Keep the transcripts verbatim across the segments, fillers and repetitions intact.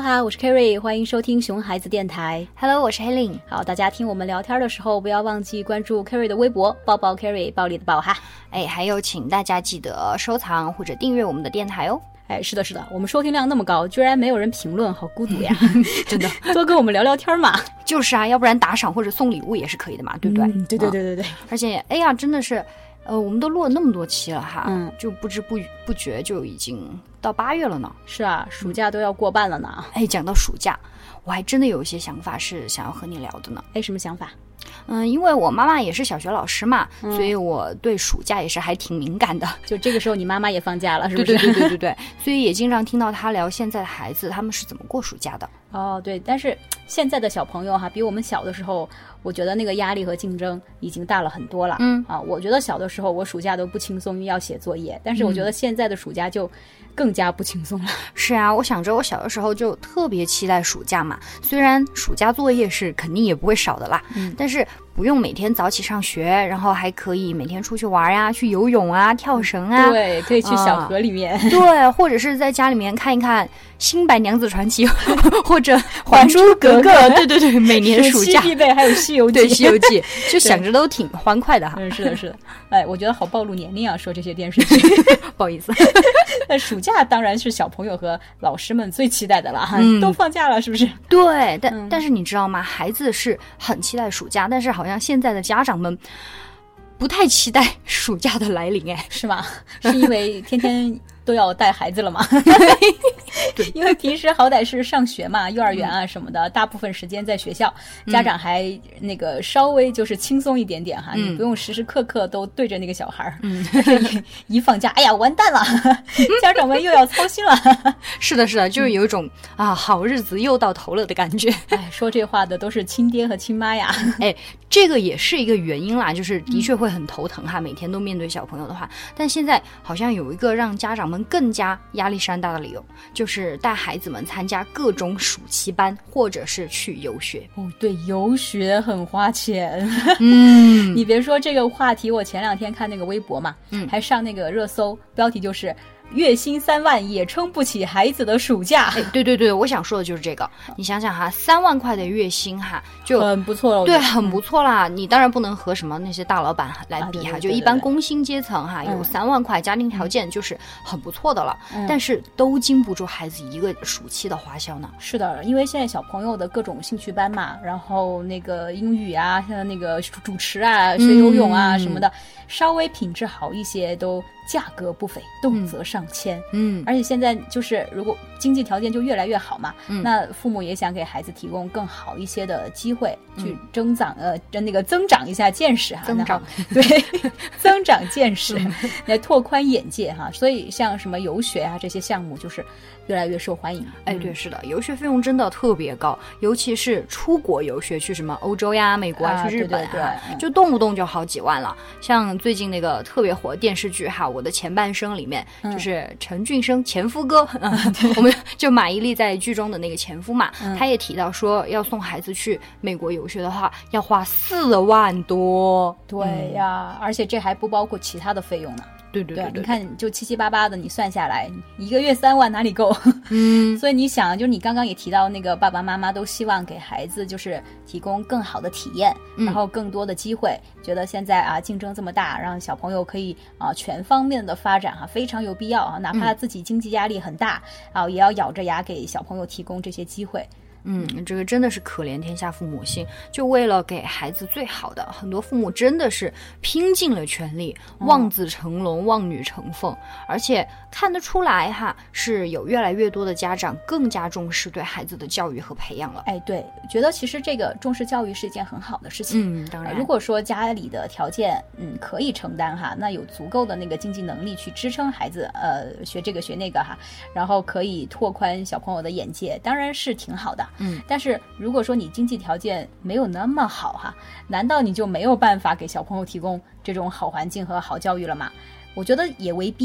好，我是 Kerry， 欢迎收听熊孩子电台。 Hello， 我是 Helen。 好，大家听我们聊天的时候不要忘记关注 Kerry 的微博抱抱 Kerry， 暴力的抱哈。 哎，还有请大家记得收藏或者订阅我们的电台哦。 哎，是的是的，我们收听量那么高，居然没有人评论，好孤独呀真的多跟我们聊聊天嘛。 就是啊，要不然打赏或者送礼物也是可以的嘛，对不对？ 嗯、对对对对对、嗯、 而且哎呀，真的是呃，我们都录了那么多期了哈， 嗯， 就不知不不觉就已经到八月了呢。 是啊，暑假都要过半了呢。 哎，讲到暑假，我还真的有一些想法是想要和你聊的呢。 哎，什么想法？ 嗯，因为我妈妈也是小学老师嘛、 嗯、 所以我对暑假也是还挺敏感的。 就这个时候你妈妈也放假了是不是？ 对对对对对对所以也经常听到她聊现在的孩子他们是怎么过暑假的。 哦，对，但是现在的小朋友哈，比我们小的时候，我觉得那个压力和竞争已经大了很多了。 嗯啊，我觉得小的时候我暑假都不轻松，因为要写作业，但是我觉得现在的暑假就更加不轻松了。 是啊，我想着我小的时候就特别期待暑假嘛，虽然暑假作业是肯定也不会少的啦， 嗯， 但是不用每天早起上学，然后还可以每天出去玩呀、啊，去游泳啊、跳绳啊， 对，可以去小河里面， 啊、对，或者是在家里面看一看《新白娘子传奇》或者《还珠格格》对对对，每年暑假必备，还有《西游记》， 对《西游记》就想着都挺欢快的哈。 嗯，是的，是的。哎，我觉得好暴露年龄啊，说这些电视剧， 不好意思。 那暑假当然是小朋友和老师们最期待的了哈、 嗯， 都放假了，是不是？ 对，但、 嗯、 但是你知道吗？孩子是很期待暑假，但是好像现在的家长们不太期待暑假的来临，哎， 是吗？是因为天天都要带孩子了吗？对，因为平时好歹是上学嘛，幼儿园啊什么的、嗯、大部分时间在学校，家长还那个稍微就是轻松一点点哈、嗯、你不用时时刻刻都对着那个小孩，嗯，一放假哎呀完蛋了家长们又要操心了是的是的，就是有一种、嗯、啊好日子又到头了的感觉。 哎，说这话的都是亲爹和亲妈呀。 哎，这个也是一个原因啦，就是的确会很头疼哈、嗯、每天都面对小朋友的话，但现在好像有一个让家长们更加压力山大的理由，就是带孩子们参加各种暑期班或者是去游学。 哦，对，游学很花钱。 嗯， 你别说这个话题，我前两天看那个微博嘛， 嗯， 还上那个热搜，标题就是月薪三万也撑不起孩子的暑假。 哎，对对对，我想说的就是这个。你想想哈，三万块的月薪哈，就很不错了。 对，很不错啦。你当然不能和什么那些大老板来比哈，啊、就一般工薪阶层哈，有三万块，家庭条件就是很不错的了。嗯、但是都经不住孩子一个暑期的花销呢。 是的，因为现在小朋友的各种兴趣班嘛，然后那个英语啊，像那个主持啊、学游泳啊什么的，嗯、稍微品质好一些都价格不菲，动辄上千。 嗯， 而且现在就是如果经济条件就越来越好嘛， 嗯， 那父母也想给孩子提供更好一些的机会，嗯、去增长呃那个增长一下见识哈， 增长对增长见识，来拓宽眼界哈。所以像什么游学啊这些项目就是越来越受欢迎。 哎，对，是的，游学费用真的特别高，尤其是出国游学，去什么欧洲呀、美国啊、去日本啊， 对对对， 就动不动就好几万了。像最近那个特别火电视剧哈，《我的前半生》里面，嗯、就是陈俊生前夫哥，嗯、我们就马伊琍在剧中的那个前夫嘛，嗯、他也提到说，要送孩子去美国游学的话，要花四万多。 对呀、嗯，而且这还不包括其他的费用呢。 对对 对, 对, 对，你看就七七八八的，你算下来一个月三万哪里够？ 嗯， 所以你想，就是你刚刚也提到那个爸爸妈妈都希望给孩子就是提供更好的体验， 嗯、 然后更多的机会，觉得现在啊竞争这么大，让小朋友可以啊全方面的发展哈、啊，非常有必要啊，哪怕自己经济压力很大、嗯、啊，也要咬着牙给小朋友提供这些机会。 嗯，这个真的是可怜天下父母心，就为了给孩子最好的，很多父母真的是拼尽了全力，望子成龙、嗯、望女成凤，而且看得出来哈，是有越来越多的家长更加重视对孩子的教育和培养了。 哎，对，觉得其实这个重视教育是一件很好的事情。 嗯，当然， 如果说家里的条件嗯可以承担哈，那有足够的那个经济能力去支撑孩子呃学这个学那个哈，然后可以拓宽小朋友的眼界，当然是挺好的。 嗯， 但是如果说你经济条件没有那么好哈，难道你就没有办法给小朋友提供这种好环境和好教育了吗？我觉得也未必。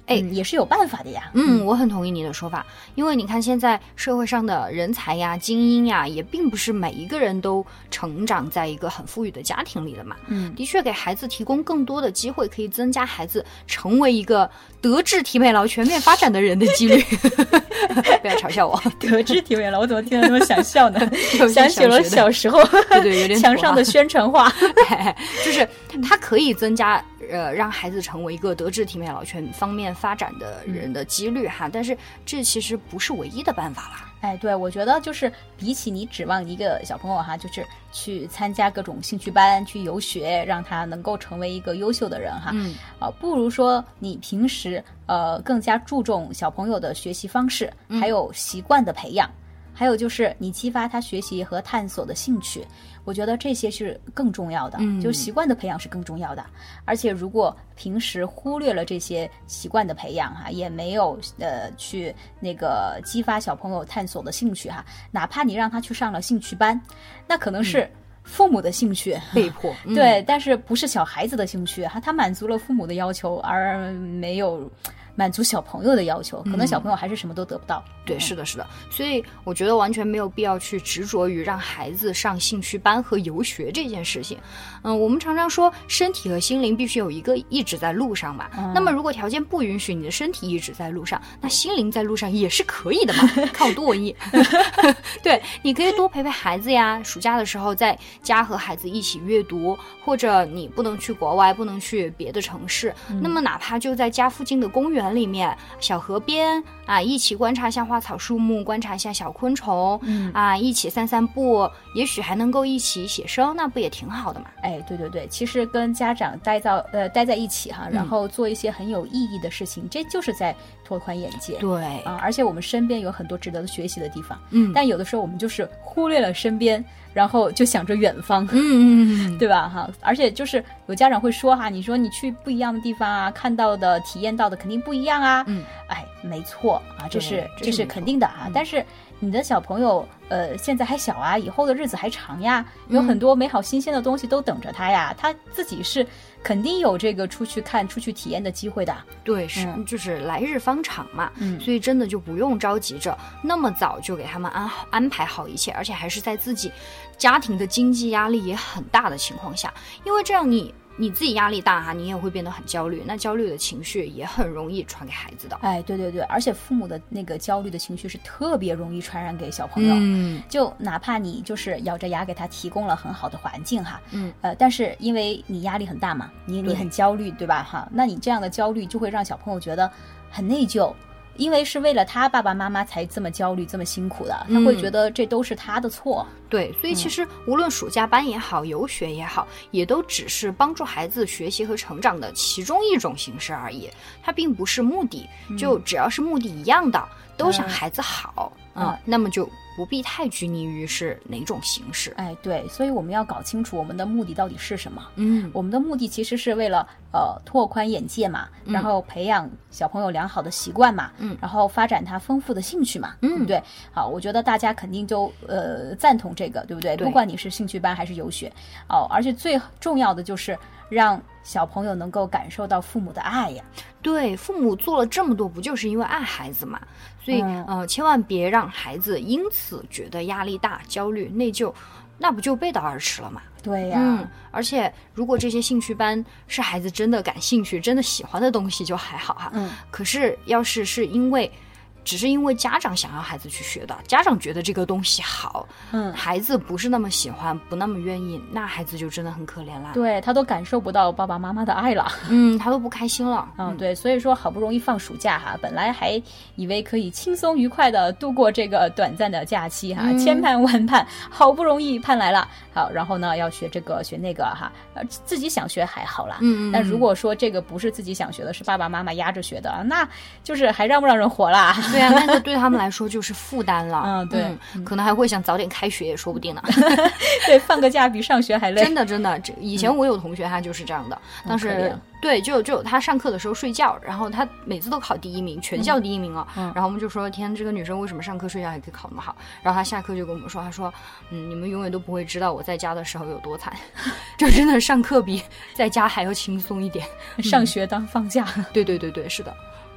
哎、 嗯，也是有办法的呀。 嗯，我很同意你的说法，因为你看现在社会上的人才呀、精英呀，也并不是每一个人都成长在一个很富裕的家庭里的嘛。 嗯， 的确给孩子提供更多的机会，可以增加孩子成为一个德智体美劳全面发展的人的几率。不要嘲笑我， 德智体美劳，我怎么听得那么想笑呢？ 有想起了小时候对对，有点墙上的宣传画。 就是它可以增加呃让孩子成为一个德智体美劳全方面发展的人的几率哈，但是这其实不是唯一的办法啦。 哎，对，我觉得就是比起你指望一个小朋友哈，就是去参加各种兴趣班、去游学，让他能够成为一个优秀的人哈， 嗯， 啊，不如说你平时呃更加注重小朋友的学习方式，还有习惯的培养。还有就是你激发他学习和探索的兴趣，我觉得这些是更重要的， 嗯， 就习惯的培养是更重要的。而且如果平时忽略了这些习惯的培养哈，也没有呃去那个激发小朋友探索的兴趣哈，哪怕你让他去上了兴趣班，那可能是父母的兴趣， 嗯，被迫， 嗯，对，但是不是小孩子的兴趣哈，他满足了父母的要求，而没有满足小朋友的要求，可能小朋友还是什么都得不到。 嗯，对，是的，是的。所以我觉得完全没有必要去执着于让孩子上兴趣班和游学这件事情。嗯，我们常常说身体和心灵必须有一个一直在路上嘛。嗯，那么如果条件不允许你的身体一直在路上，那心灵在路上也是可以的嘛。看我多文艺。对，你可以多陪陪孩子呀，暑假的时候在家和孩子一起阅读，或者你不能去国外，不能去别的城市，嗯，那么哪怕就在家附近的公园里面、小河边啊，一起观察一下花草树木，观察一下小昆虫， 嗯啊，一起散散步，也许还能够一起写生，那不也挺好的嘛？ 哎，对对对，其实跟家长待到呃待在一起哈，然后做一些很有意义的事情，嗯，这就是在拓宽眼界。 对啊，而且我们身边有很多值得学习的地方， 嗯， 但有的时候我们就是忽略了身边，然后就想着远方， 嗯嗯嗯， 对吧？哈，而且就是有家长会说哈，你说你去不一样的地方啊，看到的、体验到的肯定不一样啊。 嗯， 哎，没错啊，这是这是这是肯定的啊。嗯，但是你的小朋友呃现在还小啊，以后的日子还长呀，有很多美好新鲜的东西都等着他呀，嗯，他自己是肯定有这个出去看、出去体验的机会的。 对，是，嗯，就是来日方长嘛。 嗯， 所以真的就不用着急着那么早就给他们安安排好一切，而且还是在自己家庭的经济压力也很大的情况下，因为这样你你自己压力大哈，你也会变得很焦虑，那焦虑的情绪也很容易传给孩子的。 哎，对对对，而且父母的那个焦虑的情绪是特别容易传染给小朋友。 嗯， 就哪怕你就是咬着牙给他提供了很好的环境哈， 嗯， 呃，但是因为你压力很大嘛，你你很焦虑，对吧？哈，那你这样的焦虑就会让小朋友觉得很内疚。因为是为了他爸爸妈妈才这么焦虑这么辛苦的，他会觉得这都是他的错。 嗯，对，所以其实无论暑假班也好，游学也好，也都只是帮助孩子学习和成长的其中一种形式而已，它并不是目的。就只要是目的一样的，嗯，都想孩子好，嗯，嗯，那么就不必太拘泥于是哪种形式。 哎，对，所以我们要搞清楚我们的目的到底是什么。 嗯， 我们的目的其实是为了呃拓宽眼界嘛， 嗯， 然后培养小朋友良好的习惯嘛， 嗯， 然后发展他丰富的兴趣嘛， 嗯， 对不对？好，我觉得大家肯定就呃赞同这个，对不对？ 对， 不管你是兴趣班还是游学，哦，而且最重要的就是让小朋友能够感受到父母的爱呀。 对，父母做了这么多，不就是因为爱孩子嘛？所以，嗯、呃，千万别让孩子因此觉得压力大、焦虑、内疚，那不就背道而驰了嘛？ 对呀， 嗯，而且如果这些兴趣班是孩子真的感兴趣、真的喜欢的东西，就还好哈。 嗯， 可是要是是因为只是因为家长想要孩子去学的，家长觉得这个东西好， 嗯， 孩子不是那么喜欢，不那么愿意，那孩子就真的很可怜啦。 对，他都感受不到爸爸妈妈的爱了， 嗯，他都不开心了。 嗯，对，所以说好不容易放暑假哈，本来还以为可以轻松愉快的度过这个短暂的假期哈，嗯、千盼万盼，好不容易盼来了，好，然后呢要学这个学那个哈，呃，自己想学还好啦， 嗯， 但如果说这个不是自己想学的，是爸爸妈妈压着学的，那就是还让不让人活啦？ 对啊，那个对他们来说就是负担了。 嗯，对、 嗯，可能还会想早点开学也说不定呢。 对，放个假比上学还累。 真的真的，这以前我有同学他就是这样的， 嗯、 当时、嗯、对，就就他上课的时候睡觉，然后他每次都考第一名，全校第一名哦。 嗯、 然后我们就说，天，这个女生为什么上课睡觉还可以考那么好？然后他下课就跟我们说，他说，嗯，你们永远都不会知道我在家的时候有多惨，就真的上课比在家还要轻松一点， 上学当放假。 对对对对，是的。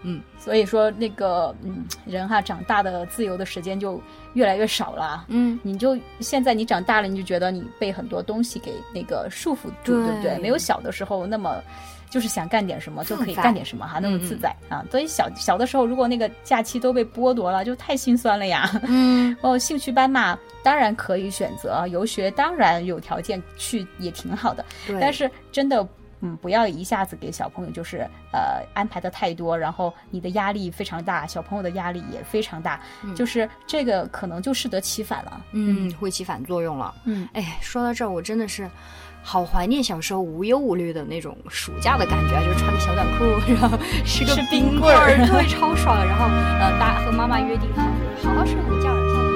嗯， 所以说那个嗯人哈长大的自由的时间就越来越少了。 嗯， 你就现在你长大了，你就觉得你被很多东西给那个束缚住， 对对不对？没有小的时候那么。就是想干点什么就可以干点什么哈，那么自在、嗯、啊！所以小小的时候，如果那个假期都被剥夺了，就太心酸了呀。 嗯， 哦，兴趣班嘛，当然可以选择，游学当然有条件去也挺好的，但是真的。嗯，不要一下子给小朋友就是呃安排的太多，然后你的压力非常大，小朋友的压力也非常大，嗯、就是这个可能就适得其反了。 嗯，会起反作用了。 嗯， 哎，说到这儿，我真的是好怀念小时候无忧无虑的那种暑假的感觉，就是穿个小短裤，然后吃个冰棍儿，对，超爽。然后呃，大和妈妈约定好，好好睡午觉，然后。